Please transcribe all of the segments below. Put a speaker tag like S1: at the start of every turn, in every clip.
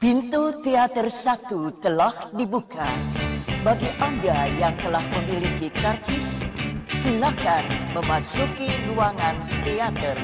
S1: Pintu teater 1 telah dibuka. Bagi Anda yang telah memiliki karcis, silakan memasuki ruangan teater.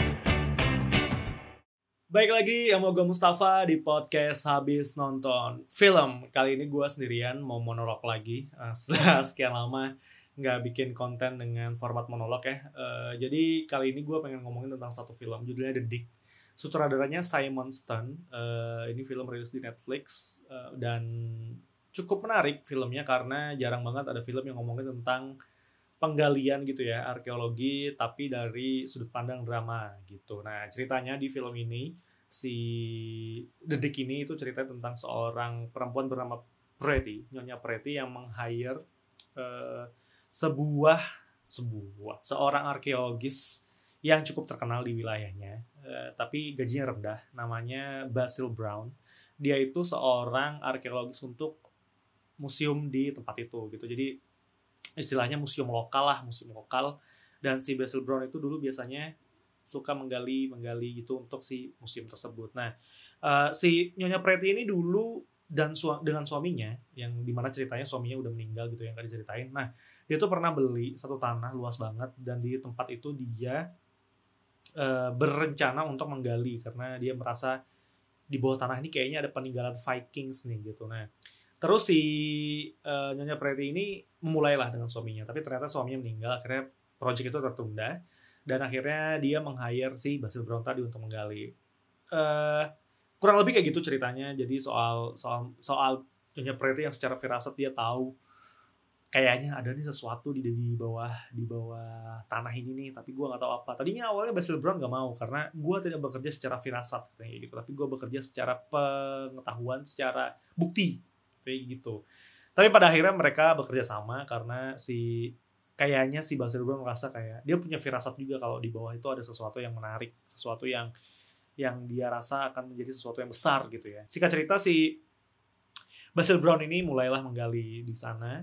S2: Baik lagi sama gue Mustafa di podcast Habis Nonton Film. Kali ini gue sendirian mau monolog lagi setelah sekian lama nggak bikin konten dengan format monolog ya. Jadi kali ini gue pengen ngomongin tentang satu film, judulnya The Dick. Sutradaranya Simon Stone. Ini film rilis di Netflix dan cukup menarik filmnya karena jarang banget ada film yang ngomongin tentang penggalian gitu ya, arkeologi tapi dari sudut pandang drama gitu. Nah, ceritanya di film ini si The Dick ini itu cerita tentang seorang perempuan bernama Nyonya Pretty yang meng-hire seorang arkeologis yang cukup terkenal di wilayahnya, tapi gajinya rendah, namanya Basil Brown. Dia itu seorang arkeologis untuk museum di tempat itu gitu. Jadi istilahnya museum lokal. Dan si Basil Brown itu dulu biasanya suka menggali gitu untuk si museum tersebut. Nah, si Nyonya Pretty ini dulu dengan suaminya, yang dimana ceritanya suaminya udah meninggal gitu yang gak diceritain. Nah, dia tuh pernah beli satu tanah luas banget, dan di tempat itu dia berencana untuk menggali karena dia merasa di bawah tanah ini kayaknya ada peninggalan Vikings nih gitu. Nah, terus si Nyonya Pretty ini memulailah dengan suaminya, tapi ternyata suaminya meninggal. Akhirnya project itu tertunda dan akhirnya dia meng-hire si Basil Brown tadi untuk menggali. Kurang lebih kayak gitu ceritanya. Jadi soal Nyonya Pretty yang secara firasat dia tahu kayaknya ada nih sesuatu di bawah tanah ini nih, tapi gue nggak tahu apa. Tadinya awalnya Basil Brown nggak mau karena gue tidak bekerja secara firasat kayak gitu, tapi gue bekerja secara pengetahuan, secara bukti kayak gitu. Tapi pada akhirnya mereka bekerja sama karena kayaknya si Basil Brown merasa kayak dia punya firasat juga kalau di bawah itu ada sesuatu yang menarik, sesuatu yang dia rasa akan menjadi sesuatu yang besar gitu ya. Singkat cerita, si Basil Brown ini mulailah menggali di sana.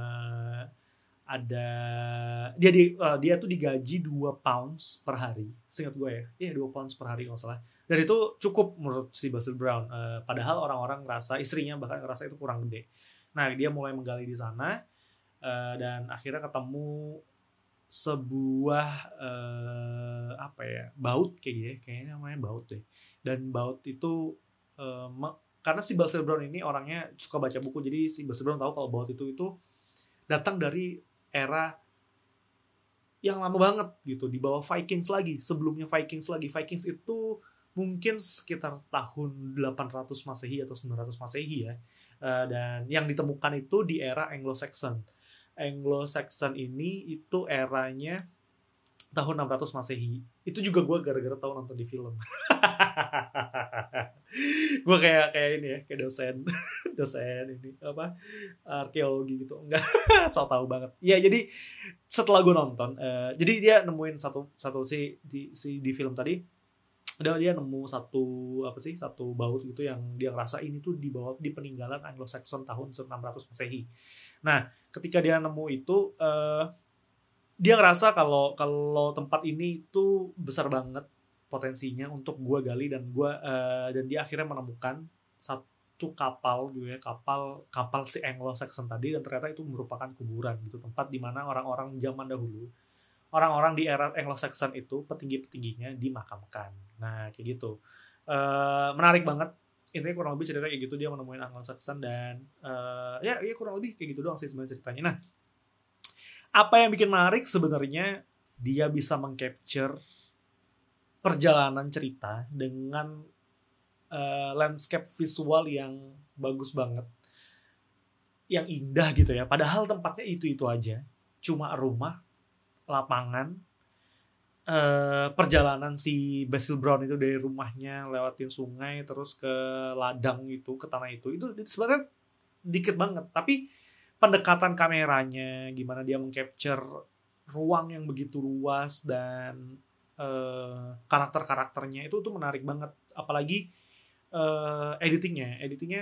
S2: Dia tuh digaji 2 pounds per hari, seingat gue ya. Iya, 2 pounds per hari kalau salah. Dan itu cukup menurut si Basil Brown. Padahal orang-orang ngerasa, istrinya bahkan ngerasa itu kurang gede. Nah, dia mulai menggali di sana dan akhirnya ketemu sebuah baut kayaknya namanya baut deh. Dan baut itu karena si Basil Brown ini orangnya suka baca buku, jadi si Basil Brown tahu kalau baut itu datang dari era yang lama banget gitu, di bawah Vikings lagi, sebelumnya Vikings lagi. Vikings itu mungkin sekitar tahun 800 Masehi atau 900 Masehi ya. Dan yang ditemukan itu di era Anglo-Saxon. Anglo-Saxon ini itu eranya tahun 600 Masehi. Itu juga gue gara-gara tahu nonton di film. Gue kayak ini ya, kayak dosen ini apa, arkeologi gitu. Enggak, so tahu banget. Ya, jadi setelah gue nonton, jadi dia nemuin satu di film tadi, dia nemu satu baut gitu yang dia ngerasa ini tuh di peninggalan Anglo-Saxon tahun 600 Masehi. Nah, ketika dia nemu itu, dia ngerasa kalau tempat ini itu besar banget potensinya untuk gue gali, dan dia akhirnya menemukan satu kapal gitu ya, kapal si Anglo-Saxon tadi, dan ternyata itu merupakan kuburan gitu, tempat di mana orang-orang zaman dahulu, orang-orang di era Anglo-Saxon itu petinggi-petingginya dimakamkan. Nah, kayak gitu. Menarik banget. Intinya kurang lebih cerita kayak gitu, dia menemukan Anglo-Saxon dan ya kurang lebih kayak gitu doang sih sebenarnya ceritanya. Nah, apa yang bikin menarik sebenarnya, dia bisa mengcapture perjalanan cerita dengan landscape visual yang bagus banget, yang indah gitu ya. Padahal tempatnya itu aja, cuma rumah, lapangan, perjalanan si Basil Brown itu dari rumahnya lewatin sungai terus ke ladang itu, ke tanah itu sebenarnya dikit banget, tapi pendekatan kameranya, gimana dia mengcapture ruang yang begitu luas, dan karakter-karakternya itu tuh menarik banget. Apalagi editingnya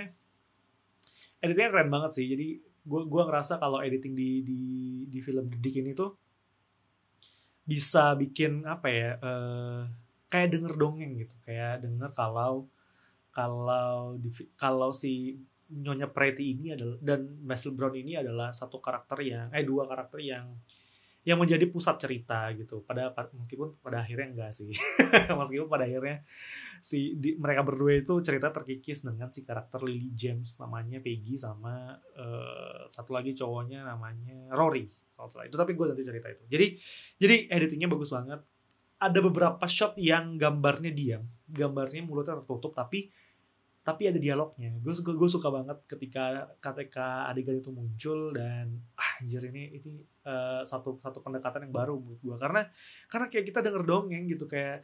S2: keren banget sih. Jadi gue ngerasa kalau editing di film The Dick ini tuh bisa bikin kayak denger dongeng gitu, kayak denger kalau kalau si Nyonya Pretty ini adalah dan Basil Brown ini adalah dua karakter yang menjadi pusat cerita gitu. Meskipun pada akhirnya enggak sih. Meskipun pada akhirnya mereka berdua itu cerita terkikis dengan si karakter Lily James namanya Peggy sama satu lagi cowoknya namanya Rory. Kalau salah itu, tapi gue nanti cerita itu. Jadi editingnya bagus banget. Ada beberapa shot yang gambarnya mulutnya tertutup tapi ada dialognya. Gue suka banget ketika adegan itu muncul dan anjir ini satu pendekatan yang baru buat gue karena kayak kita denger dongeng gitu kayak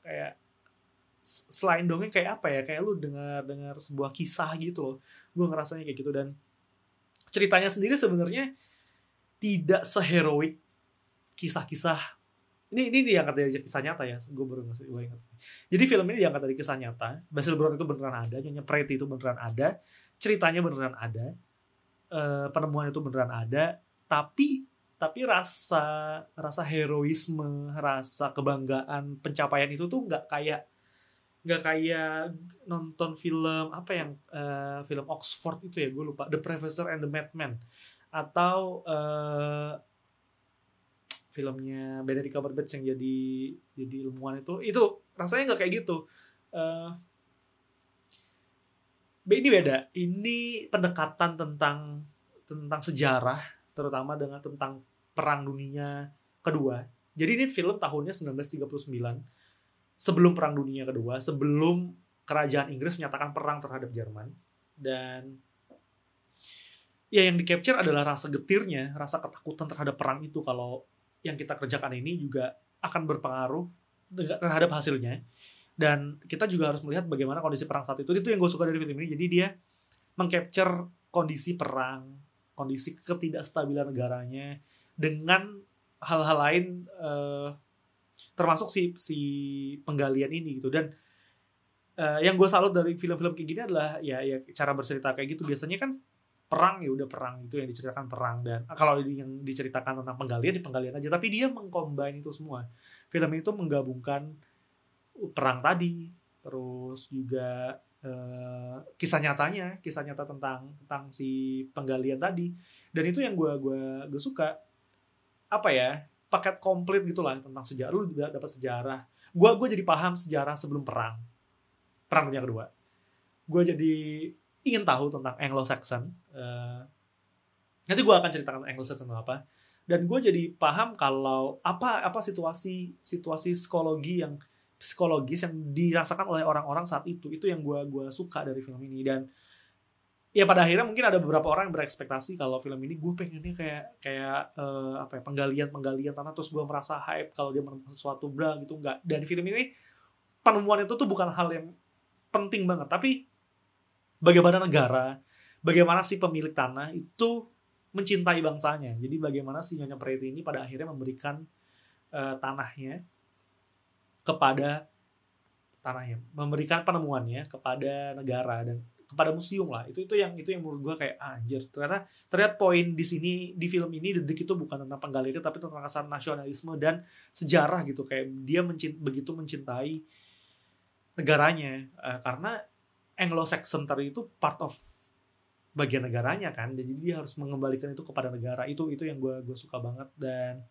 S2: selain dongeng kayak apa ya, kayak lu dengar sebuah kisah gitu loh. Gue ngerasanya kayak gitu dan ceritanya sendiri sebenarnya tidak seheroik kisah-kisah. Ini diangkat dari kisah nyata ya, gue ingat. Jadi film ini diangkat dari kisah nyata. Basil Brown itu beneran ada, Nyonya Pretty itu beneran ada, ceritanya beneran ada, penemuan itu beneran ada, tapi rasa heroisme, rasa kebanggaan, pencapaian itu tuh nggak kayak nonton film film Oxford itu ya, gue lupa, The Professor and the Madman, atau filmnya Benedict Cumberbatch yang jadi ilmuwan itu rasanya nggak kayak gitu. Ini beda. Ini pendekatan tentang sejarah, terutama tentang Perang Dunia Kedua. Jadi ini film tahunnya 1939, sebelum Perang Dunia Kedua, sebelum kerajaan Inggris menyatakan perang terhadap Jerman. Dan ya yang di-capture adalah rasa getirnya, rasa ketakutan terhadap perang itu, kalau yang kita kerjakan ini juga akan berpengaruh terhadap hasilnya. Dan kita juga harus melihat bagaimana kondisi perang saat itu. Itu yang gue suka dari film ini. Jadi dia meng-capture kondisi perang, kondisi ketidakstabilan negaranya dengan hal-hal lain, termasuk si penggalian ini gitu. Dan yang gue salut dari film-film kayak gini adalah ya cara bercerita kayak gitu. Biasanya kan perang ya udah perang, itu yang diceritakan perang, dan kalau yang diceritakan tentang penggalian aja, tapi dia mengcombine itu semua. Film itu menggabungkan perang tadi, terus juga kisah nyata tentang si penggalian tadi, dan itu yang gue suka, apa ya, paket komplit gitulah tentang sejarah. Lu juga dapat sejarah, gue jadi paham sejarah sebelum perang Dunia Kedua. Gue jadi ingin tahu tentang Anglo-Saxon. Nanti gue akan ceritakan Anglo-Saxon apa. Dan gue jadi paham kalau apa situasi psikologis yang dirasakan oleh orang-orang saat itu. Itu yang gue suka dari film ini. Dan ya pada akhirnya mungkin ada beberapa orang yang berekspektasi kalau film ini gue pengennya kayak penggalian tanah, terus gue merasa hype kalau dia menemukan sesuatu gitu. Enggak. Dan film ini penemuan itu tuh bukan hal yang penting banget, tapi bagaimana bagaimana si pemilik tanah itu mencintai bangsanya. Jadi bagaimana si Nyonya Pretty ini pada akhirnya memberikan memberikan penemuannya kepada negara dan kepada museum lah. Itu yang menurut gue kayak anjir. Ternyata poin di sini, di film ini, Dedik itu bukan tentang penggalian, tapi tentang rasa nasionalisme dan sejarah gitu. Kayak dia begitu mencintai negaranya, karena Anglo-Saxon tadi itu part of bagian negaranya kan, jadi dia harus mengembalikan itu kepada negara. Itu yang gue suka banget. Dan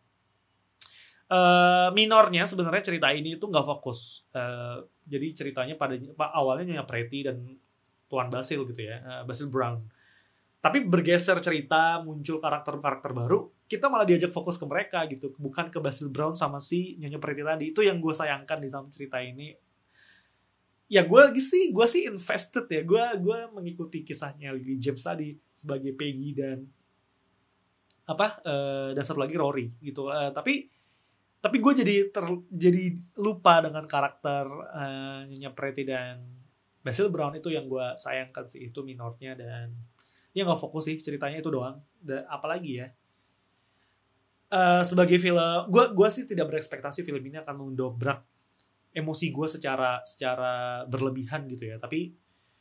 S2: minornya sebenarnya cerita ini itu nggak fokus. Jadi ceritanya awalnya Nyonya Pretty dan Tuan Basil gitu ya, Basil Brown. Tapi bergeser cerita, muncul karakter baru, kita malah diajak fokus ke mereka gitu, bukan ke Basil Brown sama si Nyonya Pretty tadi. Itu yang gue sayangkan di dalam cerita ini. Ya gue sih invested ya, gue mengikuti kisahnya Lily James tadi sebagai Peggy dan dan satu lagi Rory gitu. Tapi gue jadi lupa dengan karakter Nyonya Pretty dan Basil Brown. Itu yang gue sayangkan sih, itu minornya. Dan ya nggak fokus sih ceritanya, itu doang. Dan apalagi ya, sebagai film, gue sih tidak berekspektasi film ini akan mendobrak emosi gue secara berlebihan gitu ya. Tapi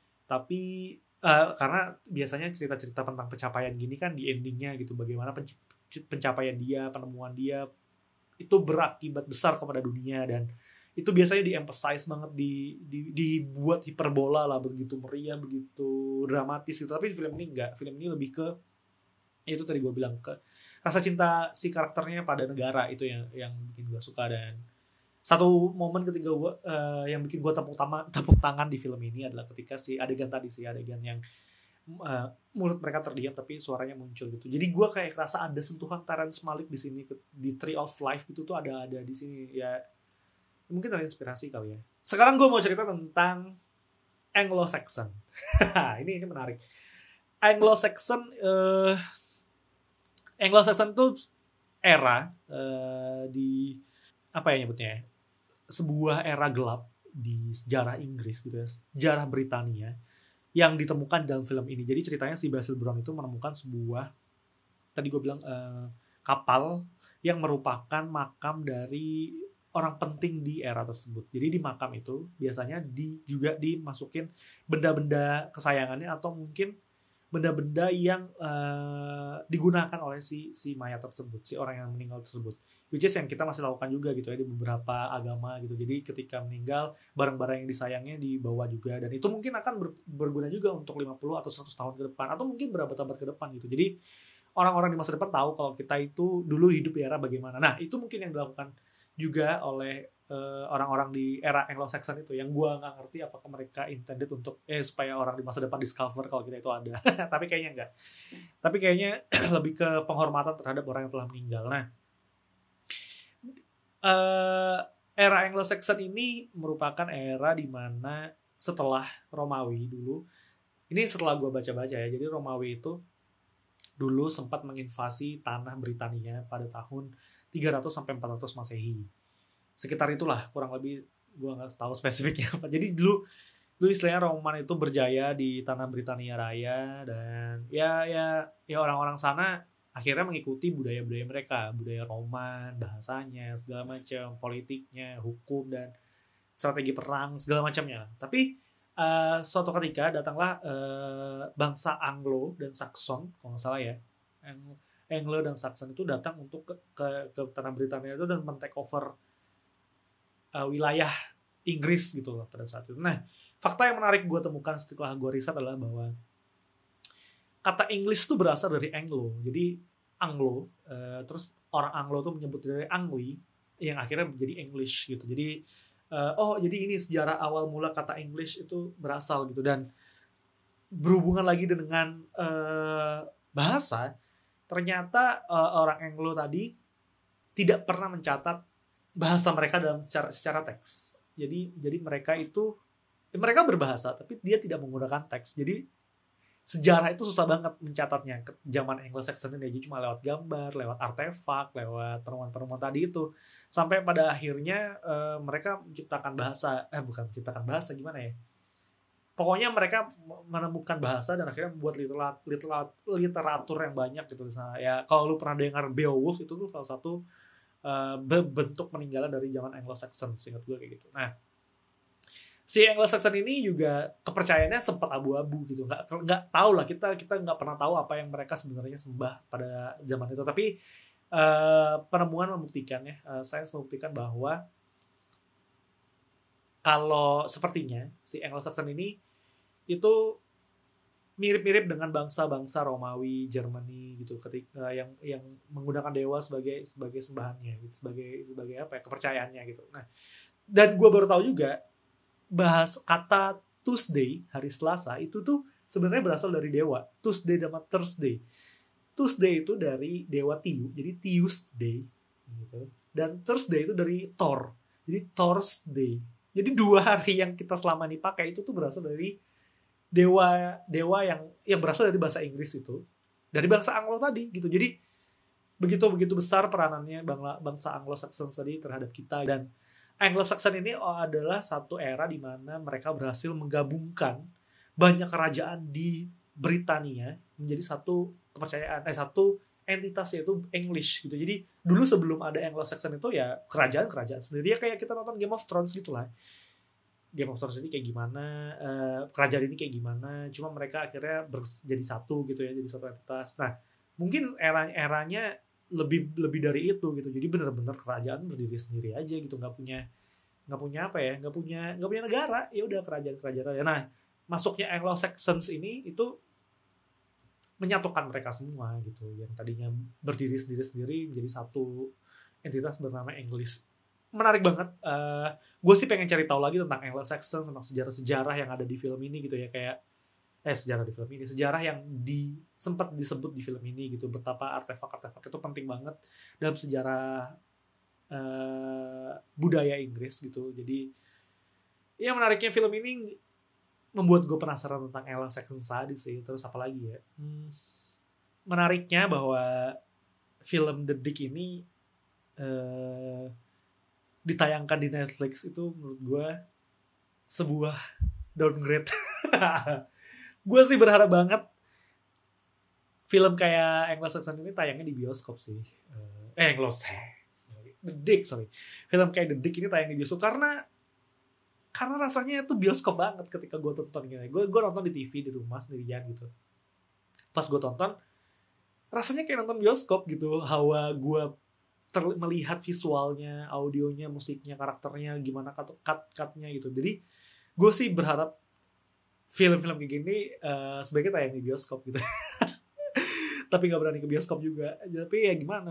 S2: karena biasanya cerita-cerita tentang pencapaian gini kan di endingnya gitu, bagaimana pencapaian dia, penemuan dia itu berakibat besar kepada dunia. Dan itu biasanya di-emphasize banget, dibuat hiperbola lah, begitu meriah, begitu dramatis gitu. Tapi film ini enggak, film ini lebih ke itu tadi gue bilang, ke rasa cinta si karakternya pada negara, itu yang bikin gue suka. Dan satu momen ketika gue yang bikin gue tepuk tangan di film ini adalah ketika si adegan yang mulut mereka terdiam tapi suaranya muncul gitu. Jadi gue kayak kerasa ada sentuhan Terrence Malick di sini, di Tree of Life gitu tuh ada di sini ya. Mungkin terinspirasi kali ya. Sekarang gue mau cerita tentang Anglo-Saxon. ini menarik. Anglo-Saxon tuh era di apa ya nyebutnya? Sebuah era gelap di sejarah Inggris gitu ya, sejarah Britania yang ditemukan dalam film ini. Jadi ceritanya si Basil Brown itu menemukan sebuah, tadi gue bilang, kapal yang merupakan makam dari orang penting di era tersebut. Jadi di makam itu biasanya juga dimasukin benda-benda kesayangannya atau mungkin benda-benda yang digunakan oleh si mayat tersebut, si orang yang meninggal tersebut. Which is yang kita masih lakukan juga gitu ya di beberapa agama gitu. Jadi ketika meninggal, barang-barang yang disayangnya dibawa juga, dan itu mungkin akan berguna juga untuk 50 atau 100 tahun ke depan atau mungkin berabad-abad ke depan gitu. Jadi orang-orang di masa depan tahu kalau kita itu dulu hidup di era bagaimana. Nah, itu mungkin yang dilakukan juga oleh orang-orang di era Anglo-Saxon itu, yang gue nggak ngerti apakah mereka intended untuk supaya orang di masa depan discover kalau kita itu ada. Tapi kayaknya enggak. Tapi kayaknya lebih ke penghormatan terhadap orang yang telah meninggal. Nah, era Anglo-Saxon ini merupakan era di mana setelah Romawi dulu. Ini setelah gue baca-baca ya. Jadi Romawi itu dulu sempat menginvasi tanah Britania pada tahun 300 sampai 400 Masehi. Sekitar itulah kurang lebih, gue nggak tahu spesifiknya apa. Jadi dulu istilahnya Roman itu berjaya di tanah Britania Raya, dan ya orang-orang sana akhirnya mengikuti budaya-budaya mereka, budaya Roman, bahasanya, segala macam, politiknya, hukum dan strategi perang segala macamnya. Tapi suatu ketika datanglah bangsa Anglo dan Saxon, kalau nggak salah ya, Anglo dan Saxon itu datang untuk ke tanah Britania itu dan men-take over wilayah Inggris gitu loh pada saat itu. Nah, fakta yang menarik gue temukan setelah gue riset adalah bahwa kata English itu berasal dari Anglo. Jadi Anglo, terus orang Anglo tuh menyebut dari Angli, yang akhirnya menjadi English gitu. Jadi jadi ini sejarah awal mula kata English itu berasal gitu. Dan berhubungan lagi dengan bahasa, ternyata orang Anglo tadi tidak pernah mencatat bahasa mereka dalam secara teks. Jadi mereka itu mereka berbahasa tapi dia tidak menggunakan teks. Jadi sejarah itu susah banget mencatatnya ke zaman Anglo-Saxon ini. Jadi cuma lewat gambar, lewat artefak, lewat penemuan-penemuan tadi itu. Sampai pada akhirnya mereka menciptakan bahasa, bukan menciptakan bahasa, gimana ya? Pokoknya mereka menemukan bahasa dan akhirnya membuat literatur yang banyak gitu. Misalnya, ya kalau lu pernah dengar Beowulf, itu tuh salah satu bentuk peninggalan dari zaman Anglo-Saxon, seingat gue kayak gitu. Nah, si Anglo-Saxon ini juga kepercayaannya sempat abu-abu gitu, nggak tahu lah, kita nggak pernah tahu apa yang mereka sebenarnya sembah pada zaman itu. Tapi penemuan membuktikan ya, sains membuktikan bahwa kalau sepertinya si Anglo-Saxon ini itu mirip-mirip dengan bangsa-bangsa Romawi, Jermani gitu, ketika yang menggunakan dewa sebagai sembahannya gitu, sebagai apa ya, kepercayaannya gitu. Nah, dan gue baru tahu juga bahas kata Tuesday, hari Selasa, itu tuh sebenarnya berasal dari dewa. Tuesday sama Thursday. Tuesday itu dari dewa Tiu, jadi Tuesday gitu. Dan Thursday itu dari Thor, jadi Thursday. Jadi 2 hari yang kita selama ini pakai itu tuh berasal dari dewa yang berasal dari bahasa Inggris itu, dari bangsa Anglo tadi gitu. Jadi begitu besar peranannya bangsa Anglo-Saxon tadi terhadap kita. Dan Anglo-Saxon ini adalah satu era di mana mereka berhasil menggabungkan banyak kerajaan di Britania menjadi satu kepercayaan, satu entitas, yaitu English gitu. Jadi dulu sebelum ada Anglo-Saxon itu ya kerajaan sendiri, ya kayak kita nonton Game of Thrones gitulah. Game of Thrones ini kayak gimana, kerajaan ini kayak gimana, cuma mereka akhirnya jadi satu gitu ya, jadi satu entitas. Nah, mungkin eranya lebih dari itu gitu. Jadi benar-benar kerajaan berdiri sendiri aja gitu, nggak punya nggak punya apa ya, nggak punya negara, ya udah kerajaan aja. Nah, masuknya Anglo-Saxons ini itu menyatukan mereka semua gitu, yang tadinya berdiri sendiri menjadi satu entitas bernama English. Menarik banget. Gue sih pengen cari tahu lagi tentang Anglo-Saxons, tentang sejarah-sejarah yang ada di film ini gitu ya, kayak sejarah yang sempat disebut di film ini gitu, betapa artefak itu penting banget dalam sejarah budaya Inggris gitu. Jadi ya menariknya film ini membuat gue penasaran tentang Anglo-Saxon tadi sih. Terus apa lagi ya, menariknya bahwa film The Dick ini ditayangkan di Netflix itu menurut gue sebuah downgrade. Gue sih berharap banget film kayak Anglo-Saxon ini tayangnya di bioskop sih. The Dick, sorry. Film kayak The Dick ini tayang di bioskop karena rasanya itu bioskop banget ketika gue tonton gitu. Gue nonton di TV di rumah sendirian gitu. Pas gue tonton, rasanya kayak nonton bioskop gitu. Hawa gue melihat visualnya, audionya, musiknya, karakternya, gimana cut-cutnya gitu. Jadi gue sih berharap film-film kayak gini sebaiknya tayang di bioskop gitu. Tapi nggak berani ke bioskop juga. Tapi ya gimana?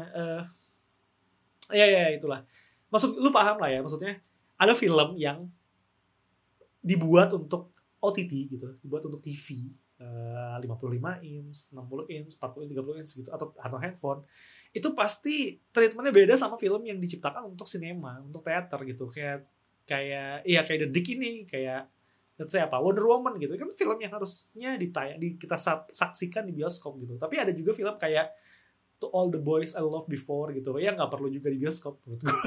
S2: Ya itulah. Lu paham lah ya, maksudnya ada film yang dibuat untuk OTT gitu, dibuat untuk TV, 55 inch, 60 inch, 40 inch, 30 inch gitu, atau handphone. Itu pasti treatmentnya beda sama film yang diciptakan untuk sinema, untuk teater gitu. Kayak The Dick ini, kayak let's say Wonder Woman gitu, kan film yang harusnya kita saksikan di bioskop gitu. Tapi ada juga film kayak To All the Boys I Loved Before gitu, ya nggak perlu juga di bioskop menurut gue.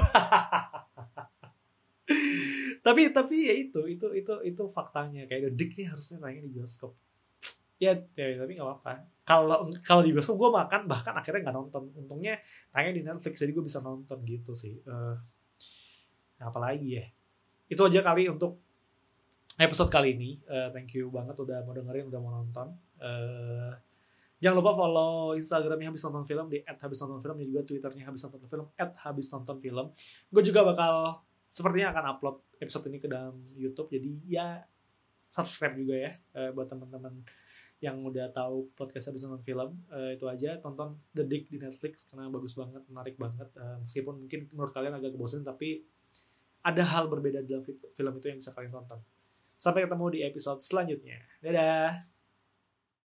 S2: tapi ya itu faktanya, kayak The Dick nih harusnya tayangnya di bioskop. Ya tapi nggak apa-apa. Kalau di bioskop gue bahkan akhirnya nggak nonton. Untungnya tayangnya di Netflix, jadi gue bisa nonton gitu sih. Apalagi ya. Itu aja kali untuk episode kali ini. Thank you banget udah mau dengerin, udah mau nonton. Jangan lupa follow Instagramnya Habis Nonton Film di @habisnontonfilm, dan juga Twitternya Habis Nonton Film @habisnontonfilm. Gue juga bakal sepertinya akan upload episode ini ke dalam YouTube, jadi ya subscribe juga ya buat teman-teman yang udah tahu podcast Habis Nonton Film. Itu aja, tonton The Dick di Netflix karena bagus banget, menarik banget. Meskipun mungkin menurut kalian agak bosan, tapi ada hal berbeda dalam film itu yang bisa kalian tonton. Sampai ketemu di episode selanjutnya. Dadah.